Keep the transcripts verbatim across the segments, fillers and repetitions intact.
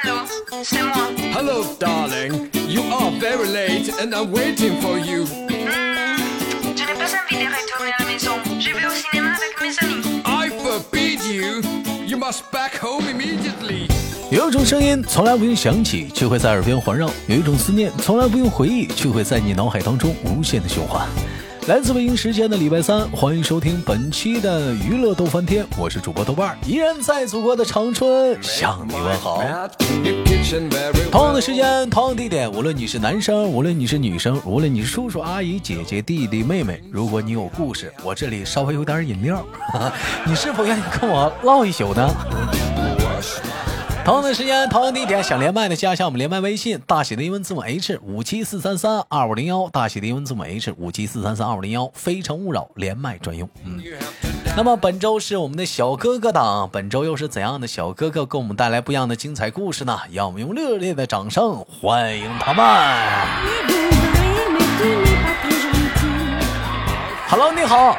Hello, c'est moi. Hello, darling. You are very late and I'm waiting for you. Hmm, je n'ai pas envie de retourner à la maison. Je vais au cinéma avec mes amis. I forbid you. You must back home immediately. 有一种声音从来不用响起，却会在耳边环绕；有一种思念从来不用回忆，却会在你脑海当中无限的循环。来自北京时间的礼拜三，欢迎收听本期的娱乐逗翻天，我是主播豆瓣，依然在祖国的长春向你问好。同样的时间，同样地点，无论你是男生，无论你是女生，无论你是叔叔阿姨姐姐弟弟妹妹，如果你有故事，我这里稍微有点饮料，你是否愿意跟我唠一宿呢？同样的时间，同样地点，想连麦的加一下我们连麦微信，大写的英文字母 H 五七四三三二五零一，大写的英文字母 H 五七四三三二五零一，非诚勿扰，连麦专用。嗯，那么本周是我们的小哥哥档，本周又是怎样的小哥哥给我们带来不一样的精彩故事呢？让我们用热烈的掌声欢迎他们。Hello， 你好。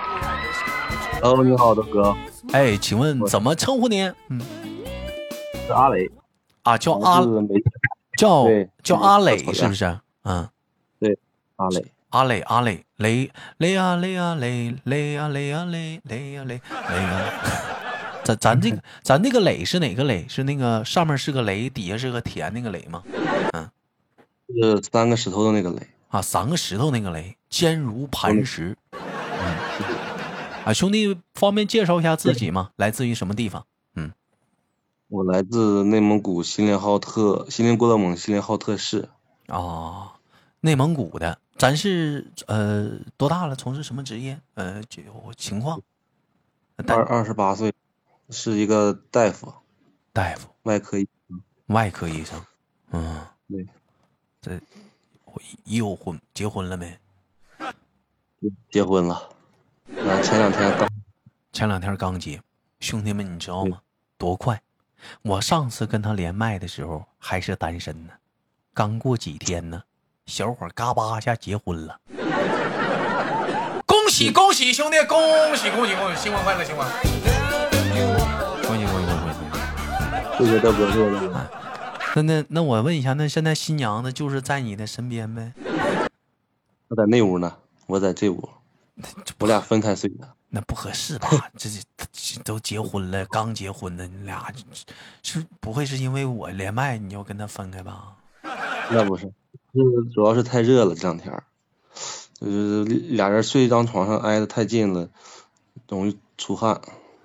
Hello， 你好，豆哥。 哎，请问怎么称呼您？嗯。 是阿磊啊，叫阿叫叫阿磊是不是？嗯， 对，阿磊， 阿磊，阿磊，磊磊啊磊啊磊磊啊磊啊磊磊啊磊磊啊。咱咱这个咱那个磊是哪个磊？是那个上面是个雷，底下是个田那个磊吗？嗯， 是三个石头的那个磊啊，三个石头那个磊，坚如磐石。嗯，啊，兄弟，方便介绍一下自己吗？来自于什么地方？ 我来自内蒙古锡林浩特锡林郭勒盟锡林浩特市。 哦，内蒙古的，咱是呃多大了？从事什么职业？呃，就情况？ 二二十八岁，是一个大夫。 大夫， 外科医生。 外科医生。嗯， 对。 这我已有婚，结婚了没？ 结婚了。啊，前两天刚。 前两天刚结。兄弟们，你知道吗？多快！我上次跟他连麦的时候还是单身呢，刚过几天呢，小伙嘎巴一下结婚了。恭喜恭喜兄弟，恭喜恭喜恭喜，新婚快乐，新婚！恭喜恭喜恭喜恭喜！ 谢谢大哥，谢谢大哥。 那那那我问一下，那现在新娘子就是在你的身边呗？ 我在那屋呢，我在这屋，我俩分开睡的。 那不合适吧？这这都结婚了，刚结婚的，你俩是不会是因为我连麦你要跟他分开吧？ 那不是，是主要是太热了，这两天，就是俩人睡一张床上挨得太近了，容易出汗。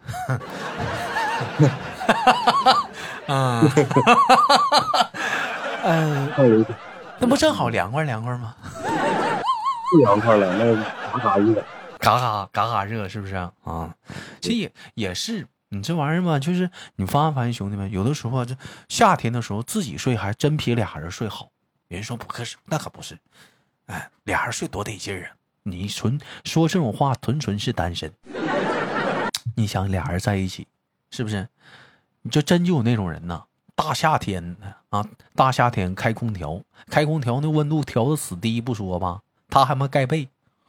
嗯，嗯，那不正好凉快凉快吗？ 不凉快了，那嘎嘎热。 嘎嘎嘎嘎热是不是啊？其实也也是，你这玩意儿嘛，就是你发没发现兄弟们，有的时候这夏天的时候自己睡还真比俩人睡好。有人说不可是，那可不是，哎，俩人睡多得劲儿啊！你纯说这种话，纯纯是单身。你想俩人在一起，是不是？你就真就有那种人呐，大夏天的啊，大夏天开空调，开空调那温度调的死低不说吧，他还没盖被。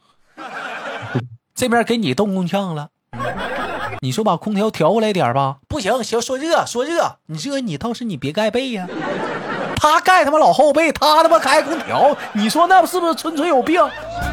这边给你冻空呛了，你说把空调调过来点吧，不行，行说热说热，你热你倒是你别盖被呀、啊，他盖他妈老后背，他他妈开空调，你说那是不是纯纯有病？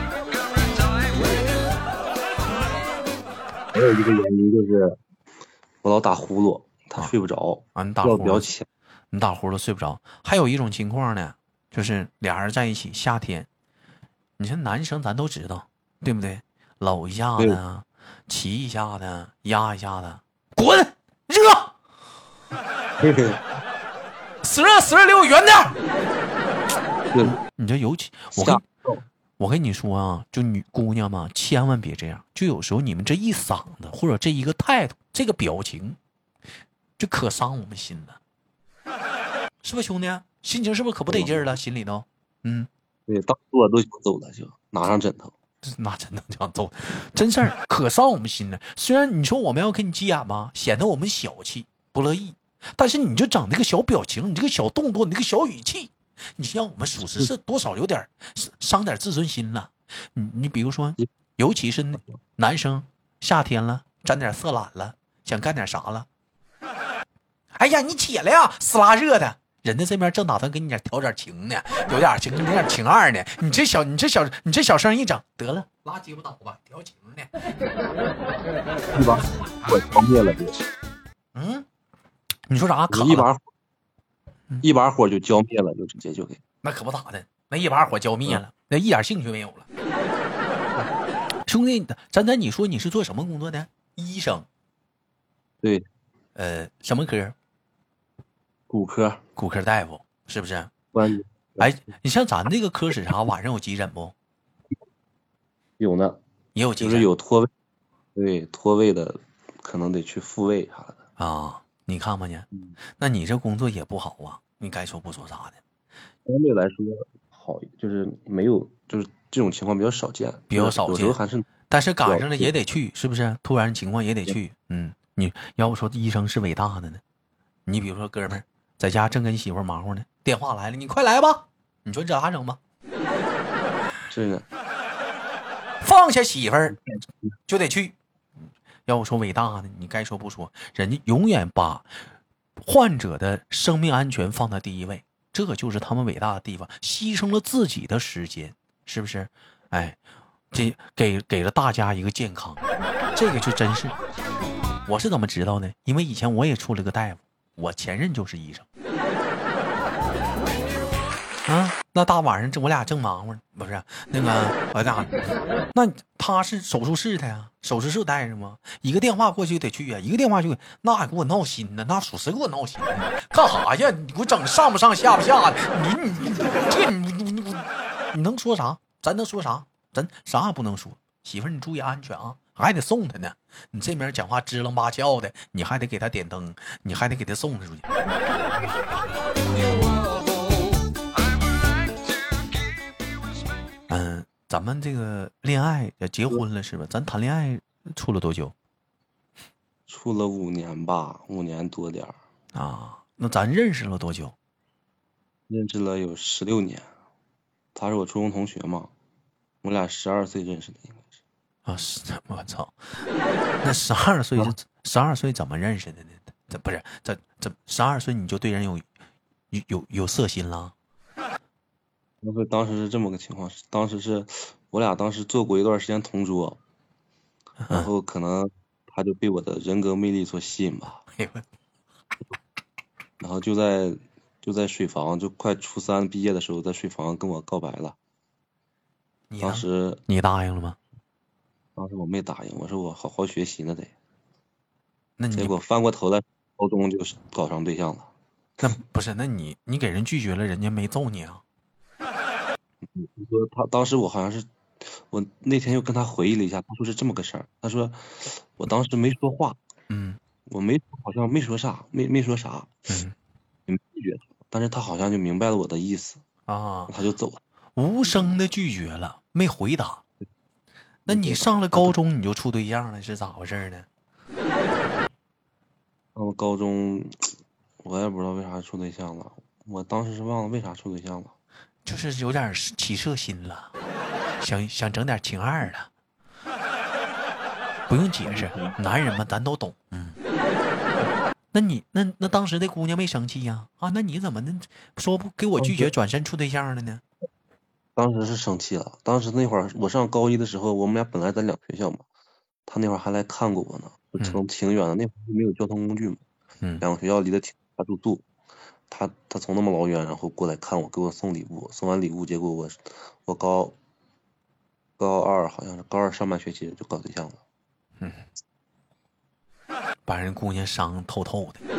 还有一个原因就是我老打呼噜，他睡不着啊，你打呼噜强， 你打呼噜睡不着。还有一种情况呢，就是俩人在一起，夏天，你说男生咱都知道，对不对？搂一下子，骑一下子，压一下子，滚，热，死热死热，离我远点。你这尤其我跟我跟你说啊，就女姑娘嘛，千万别这样。就有时候你们这一嗓子或者这一个态度，这个表情，就可伤我们心了，是不是兄弟？心情是不是可不得劲儿了？心里头，嗯， 对，当时我都想走了，就拿上枕头。 那真的这样揍，真事儿可伤我们心了。虽然你说我们要跟你急眼吧，显得我们小气不乐意，但是你就整这个小表情，你这个小动作，你这个小语气，你让我们属实是多少有点伤点自尊心了。你你比如说，尤其是男生夏天了，沾点色懒了，想干点啥了， 哎呀，你起来呀，死拉热的。人家这边正打算跟你调点情呢，有点情，有点情二呢。你这小，你这小，你这小声一整，得了，拉鸡巴倒吧，调情呢。 一把火浇灭了就。 嗯，你说啥？ 一把火，一把火就浇灭了，就直接就给。 那可不咋的，那一把火浇灭了，那一点兴趣没有了。兄弟，咱咱你说你是做什么工作的？医生。 对。 呃，什么科？ 骨科。 骨科大夫是不是？ 关于。 哎，你像咱这个科室啥，晚上有急诊不？ 有呢， 也有急诊， 就是有脱位，对，脱位的可能得去复位啥的啊。你看吧呢、嗯，那你这工作也不好啊，你该说不说啥的。 相对来说好，就是没有，就是这种情况比较少见， 比较少见。 有时候还是， 但是赶上了也得去，是不是？突然情况也得去。嗯，你要不说医生是伟大的呢？你比如说哥们儿在家正跟媳妇忙活呢，电话来了，你快来吧。你说这咋整吧？ 是的。 放下媳妇儿就得去。要我说伟大的，你该说不说，人家永远把患者的生命安全放在第一位，这就是他们伟大的地方，牺牲了自己的时间，是不是？哎，这给给了大家一个健康，这个就真是。我是怎么知道呢？因为以前我也出了个大夫，我前任就是医生。啊，那大晚上这我俩正忙活呢，不是那个我干啥？那他是手术室的呀，手术室带着吗？一个电话过去得去呀、啊，一个电话就那还给我闹心呢，那属实给我闹心呢。干啥呀？你给我整上不上下不下的，你你这你你你你能说啥？咱能说啥？咱啥也不能说。媳妇儿，你注意安全啊，还得送他呢。你这边讲话支棱八翘的，你还得给他点灯，你还得给他送他出去。嗯，咱们这个恋爱也结婚了是吧？咱谈恋爱处了多久？ 处了五年吧，五年多点儿。 啊，那咱认识了多久？ 认识了有十六年。他是我初中同学嘛，我俩十二岁认识的，应该是。 啊，是我操！那十二岁是十二岁怎么认识的呢？这不是这这十二岁你就对人有有有有色心了？ 当时是这么个情况，当时是我俩当时做过一段时间同桌，然后可能他就被我的人格魅力所吸引吧，然后就在就在水房，就快初三毕业的时候，在水房跟我告白了。当时你答应了吗？ 当时我没答应，我说我好好学习呢得。 那你结果翻过头来，高中就搞上对象了。 那不是？那你你给人拒绝了，人家没揍你啊？ 你说他当时我好像是，我那天又跟他回忆了一下，他说是这么个事儿。他说我当时没说话， 嗯， 我没好像没说啥，没没说啥， 嗯， 没拒绝他，但是他好像就明白了我的意思啊， 他就走了， 无声的拒绝了，没回答。那你上了高中你就处对象了，是咋回事呢？ 上了高中，我也不知道为啥处对象了，我当时是忘了为啥处对象了。 就是有点起色心了，想想整点情二了，不用解释，男人嘛，咱都懂。嗯，那你那那当时的姑娘没生气呀？啊，那你怎么那说不给我拒绝，转身处对象了呢？ 当时是生气了，当时那会儿我上高一的时候，我们俩本来在两学校嘛，他那会儿还来看过我呢，挺挺远的，那会儿没有交通工具嘛， 嗯， 两个学校离得挺，他住宿。他他从那么老远，然后过来看我，给我送礼物，送完礼物，结果我我高高二好像是高二上半学期就搞对象了， 嗯，把人姑娘伤透透的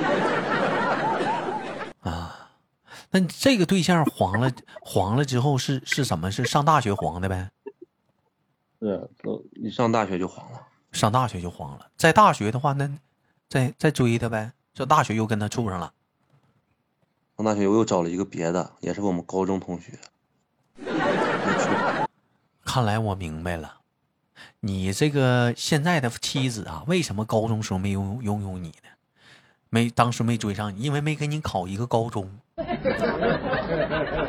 啊。那你这个对象黄了黄了之后是是什么？是上大学黄的呗？ 是，你上大学就黄了， 上大学就黄了。在大学的话，那再再追他呗，这大学又跟他处上了。 上大学我又找了一个别的，也是我们高中同学。 看来我明白了，你这个现在的妻子啊，为什么高中时候没拥拥有你呢？没当时没追上你，因为没给你考一个高中。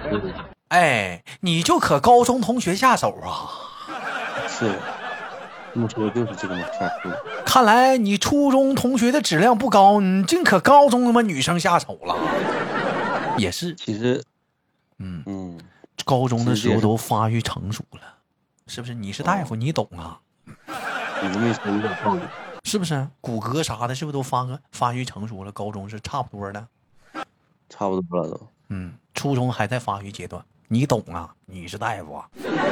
哎，你就可高中同学下手啊！ 是， 这么说就是这个嘛，下树。 看来你初中同学的质量不高，你净可高中他妈女生下手了。也是， 其实， 嗯嗯， 高中的时候都发育成熟了，是不是？你是大夫，你懂啊。 你这么一说有点道理。 是不是骨骼啥的，是不是都发个发育成熟了？高中是差不多的， 差不多了都。 嗯，初中还在发育阶段，你懂啊？你是大夫啊？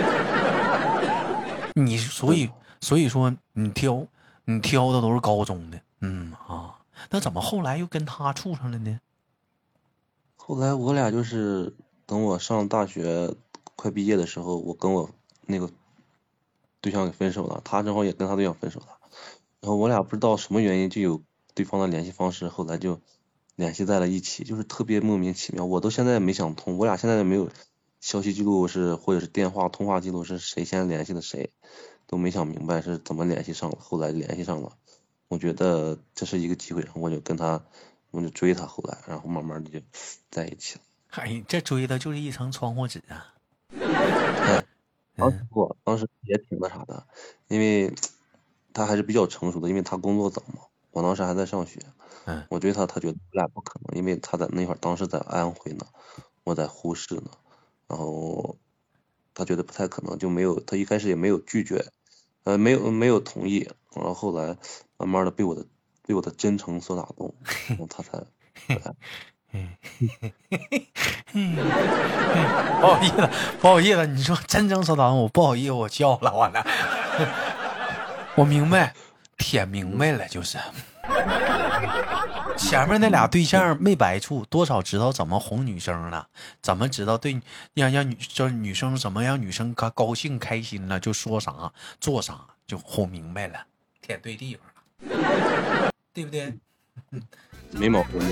你所以所以说你挑你挑的都是高中的，嗯啊，那怎么后来又跟他处上了呢？ 后来我俩就是等我上大学快毕业的时候，我跟我那个对象给分手了，他正好也跟他对象分手了。然后我俩不知道什么原因就有对方的联系方式，后来就联系在了一起，就是特别莫名其妙，我都现在没想通，我俩现在没有消息记录是或者是电话通话记录是谁先联系的谁，都没想明白是怎么联系上了，后来联系上了，我觉得这是一个机会，然后我就跟他我就追他，后来然后慢慢的就在一起了。 哎，这追的就是一层窗户纸啊！ 哎，当时我当时也挺那啥的，因为他还是比较成熟的，因为他工作早嘛，我当时还在上学。 嗯， 我追他，他觉得我俩不可能，因为他在那会儿当时在安徽呢，我在呼市呢，然后他觉得不太可能，就没有他一开始也没有拒绝，呃，没有没有同意，然后后来慢慢的被我的被我的真诚所打动，然后他才。 不好意思，不好意思，你说真正说打动我，不好意思，我笑了，完了。我明白，舔明白了，就是前面那俩对象没白处，多少知道怎么哄女生了，怎么知道对让让女就是女生怎么让女生高高兴开心了，就说啥做啥，就哄明白了，舔对地方了，对不对？ 没毛病。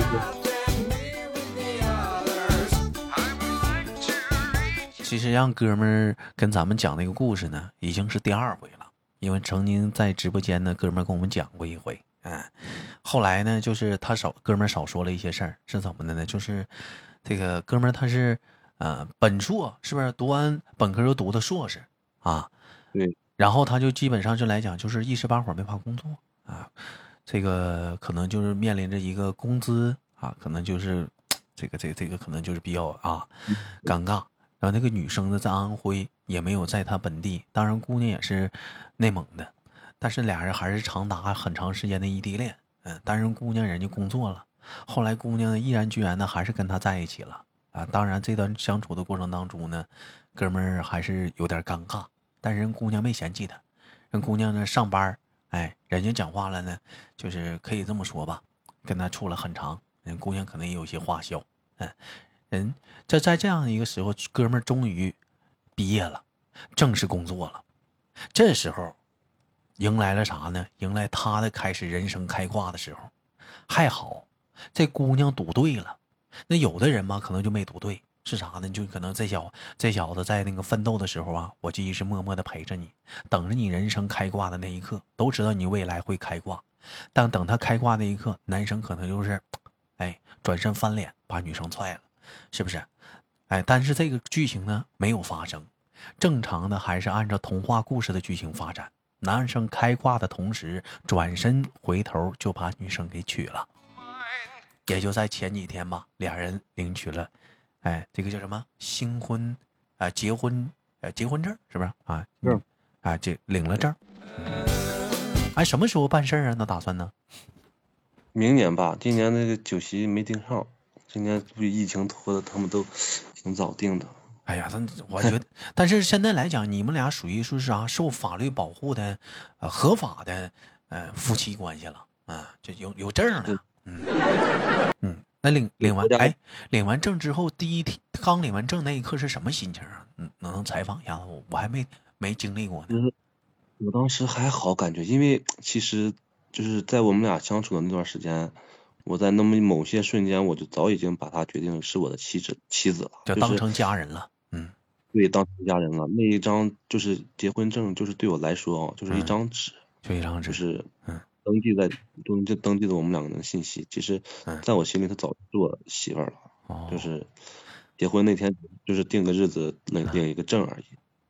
其实让哥们儿跟咱们讲那个故事呢，已经是第二回了。因为曾经在直播间呢，哥们儿跟我们讲过一回，嗯，后来呢，就是他少哥们儿少说了一些事儿，是怎么的呢？就是这个哥们儿他是呃本硕，是不是读完本科又读的硕士啊？ 对。 然后他就基本上就来讲，就是一时半会儿没法工作啊，这个可能就是面临着一个工资啊，可能就是这个这个这个可能就是比较啊尴尬。然后那个女生呢，在安徽也没有在她本地，当然姑娘也是内蒙的，但是俩人还是长达很长时间的异地恋。嗯，但是姑娘人家工作了，后来姑娘呢毅然决然的还是跟他在一起了啊。当然这段相处的过程当中呢，哥们儿还是有点尴尬，但是人姑娘没嫌弃他，人姑娘呢上班，哎，人家讲话了呢，就是可以这么说吧，跟他处了很长，人姑娘可能也有些话笑，嗯。人这在这样的一个时候，哥们儿终于毕业了，正式工作了。这时候迎来了啥呢？迎来他的开始人生开挂的时候。还好这姑娘赌对了，那有的人嘛可能就没赌对，是啥呢？就可能这小这小子在那个奋斗的时候啊，我就一直默默的陪着你，等着你人生开挂的那一刻，都知道你未来会开挂，但等他开挂那一刻，男生可能就是哎转身翻脸把女生踹了，是不是？哎，但是这个剧情呢没有发生，正常的还是按照童话故事的剧情发展。男生开挂的同时，转身回头就把女生给娶了。也就在前几天吧，俩人领取了，哎，这个叫什么新婚啊、呃，结婚呃，结婚证是不是啊？嗯，啊，这领了证。嗯、哎，什么时候办事啊？那打算呢？ 明年吧，今年那个酒席没定上。今年不疫情拖的，他们都挺早定的。 哎呀，我觉得，但是现在来讲，你们俩属于说是啥、啊、受法律保护的、呃合法的呃夫妻关系了啊，就有有证了。嗯嗯，那领领完哎，领完证之后，第一天刚领完证那一刻是什么心情啊？嗯，能采访一下我，我还没没经历过呢。 我当时还好感觉，因为其实就是在我们俩相处的那段时间。我在那么某些瞬间，我就早已经把她决定是我的妻子妻子了， 就当成家人了。嗯， 对，当成家人了。那一张就是结婚证，就是对我来说，就是一张纸， 就一张纸， 就是嗯，登记在登记登记的我们两个人的信息。其实，在我心里，她早就是我媳妇儿了。哦，就是结婚那天，就是定个日子领领一个证而已。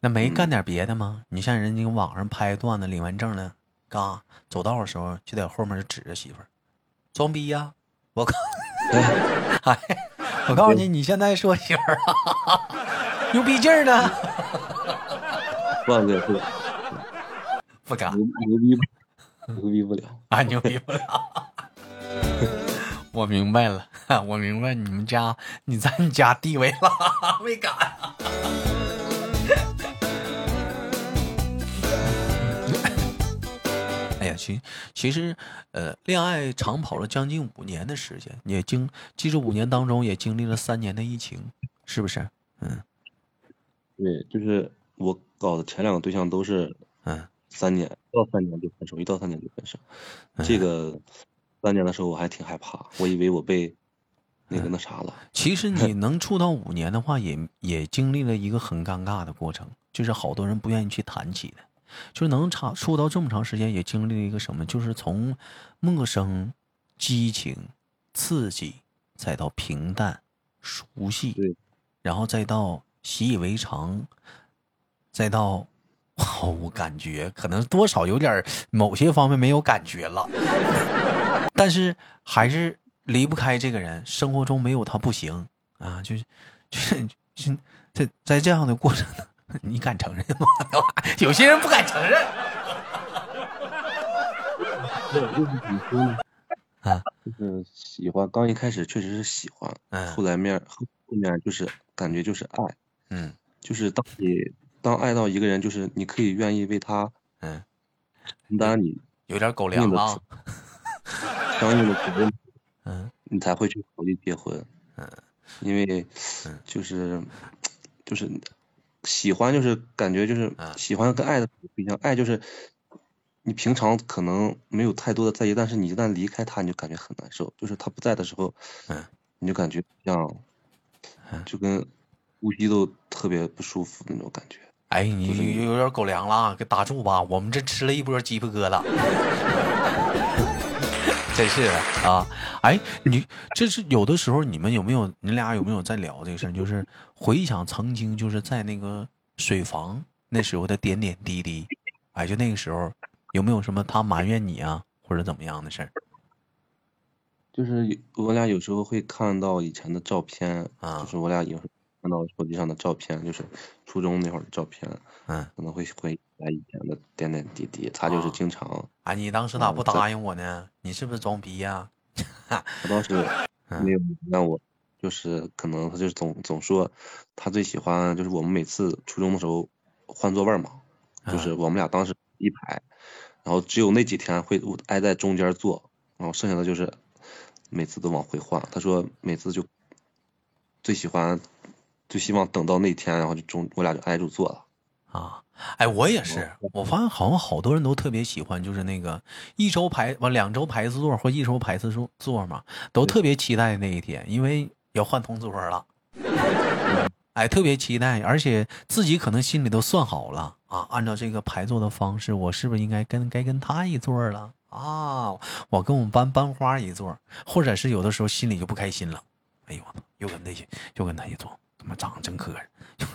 那没干点别的吗？嗯、你像人家网上拍段子，领完证了，嘎走道的时候就在后面指着媳妇儿，装逼呀、啊！我告，哎，我告诉你，你现在说媳妇儿啊，牛逼劲儿呢？ 万个不不敢， 牛牛逼牛逼不了啊，牛逼不了。我明白了，我明白你们家你在你家地位了，没敢。哎呀，其其实，呃，恋爱长跑了将近五年的时间，也经，其实五年当中也经历了三年的疫情，是不是？嗯， 对，就是我搞的前两个对象都是，嗯，三年到三年就分手，一到三年就分手。嗯、这个三年的时候我还挺害怕，我以为我被那个那啥了。 嗯、其实你能处到五年的话也，也也经历了一个很尴尬的过程，就是好多人不愿意去谈起的。就是能长处到这么长时间，也经历了一个什么？就是从陌生、激情、刺激，再到平淡、熟悉，然后再到习以为常，再到哦，我感觉可能多少有点某些方面没有感觉了，但是还是离不开这个人，生活中没有他不行啊！就是就是就在在这样的过程。你敢承认吗？有些人不敢承认。 啊，就是喜欢，刚一开始确实是喜欢，嗯，后来面后面就是感觉就是爱，嗯，就是当你当爱到一个人，就是你可以愿意为他，嗯，承担你有点狗粮了， 相应的责任，嗯，你才会去考虑结婚，嗯，因为就是就是。喜欢就是感觉就是喜欢跟爱的不一样，爱就是你平常可能没有太多的在意，但是你一旦离开他，你就感觉很难受，就是他不在的时候，你就感觉像就跟呼吸都特别不舒服那种感觉。 哎，你有点狗粮了，给打住吧，我们这吃了一波鸡巴疙瘩。真是的啊！哎，你这是有的时候，你们有没有？你俩有没有在聊这个事儿？就是回想曾经，就是在那个水房那时候的点点滴滴。哎，就那个时候，有没有什么他埋怨你啊，或者怎么样的事儿？ 就是我俩有时候会看到以前的照片啊，就是我俩有时候看到手机上的照片，就是初中那会儿的照片，嗯，可能会回忆来以前的点点滴滴。他就是经常啊， 啊你当时咋不答应我呢？你是不是装逼呀、 啊？他当时没有让我，就是可能他就是总总说他最喜欢就是我们每次初中的时候换座位嘛，就是我们俩当时一排，然后只有那几天会挨在中间坐，然后剩下的就是每次都往回换。他说每次就最喜欢。就希望等到那天，然后就中我俩就挨住坐了啊！哎，我也是，我发现好像好多人都特别喜欢，就是那个一周排完两周排次座或一周排次座座嘛，都特别期待那一天，因为要换同桌了。哎，特别期待，而且自己可能心里都算好了啊，按照这个排座的方式，我是不是应该跟该跟他一座了啊？我跟我们班班花一座，或者是有的时候心里就不开心了，哎呦，又跟那些又跟他一座。他妈长得真磕碜，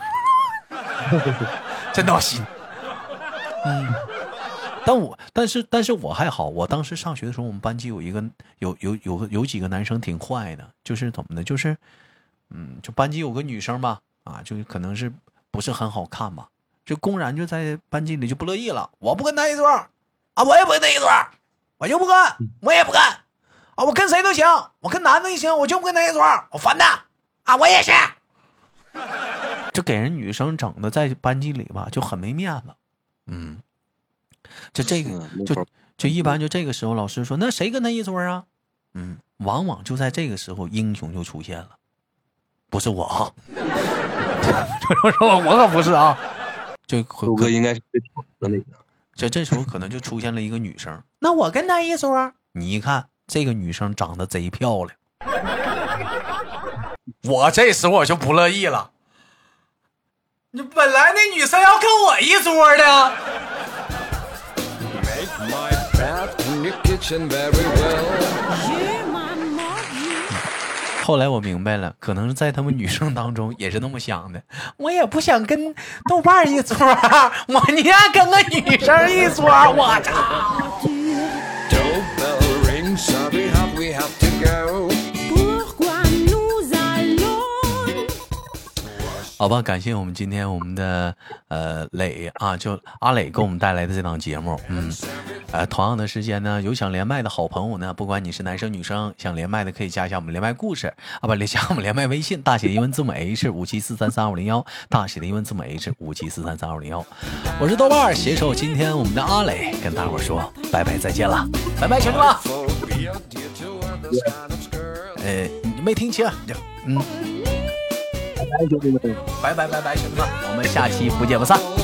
真闹心。嗯，但我但是但是我还好，我当时上学的时候，我们班级有一个有有有个有几个男生挺坏的，就是怎么的，就是嗯，就班级有个女生吧，啊，就可能是不是很好看吧，就公然就在班级里就不乐意了，我不跟他一桌啊，我也不跟他一桌，我就不跟，我也不跟啊，我跟谁都行，我跟男的也行，我就不跟他一桌，我烦他啊，我也是。就给人女生整的在班级里吧就很没面子，嗯，就这个就就一般就这个时候老师说那谁跟他一桌啊，嗯，往往就在这个时候英雄就出现了，不是我啊，我说我可不是啊，就虎哥应该是最丑的那个， 就这时候可能就出现了一个女生，那我跟他一桌，你一看这个女生长得贼漂亮。我这时候我就不乐意了，你本来那女生要跟我一桌的。后后来我明白了，可能是在他们女生当中也是那么想的。我也不想跟豆瓣一撮，我宁愿跟个女生一撮。我操！好吧，感谢我们今天我们的呃磊啊，就阿磊给我们带来的这档节目。嗯，呃，同样的时间呢，有想连麦的好朋友呢，不管你是男生女生，想连麦的可以加一下我们连麦故事啊，不，加我们连麦微信，大写的英文字母 H 五七四三三二五零幺，大写的英文字母 H 五七四三三二五零幺。我是豆瓣，携手今天我们的阿磊跟大伙说拜拜，再见了，拜拜，兄弟们。呃，你没听清，嗯。拜拜拜拜，兄弟们，我们下期不见不散。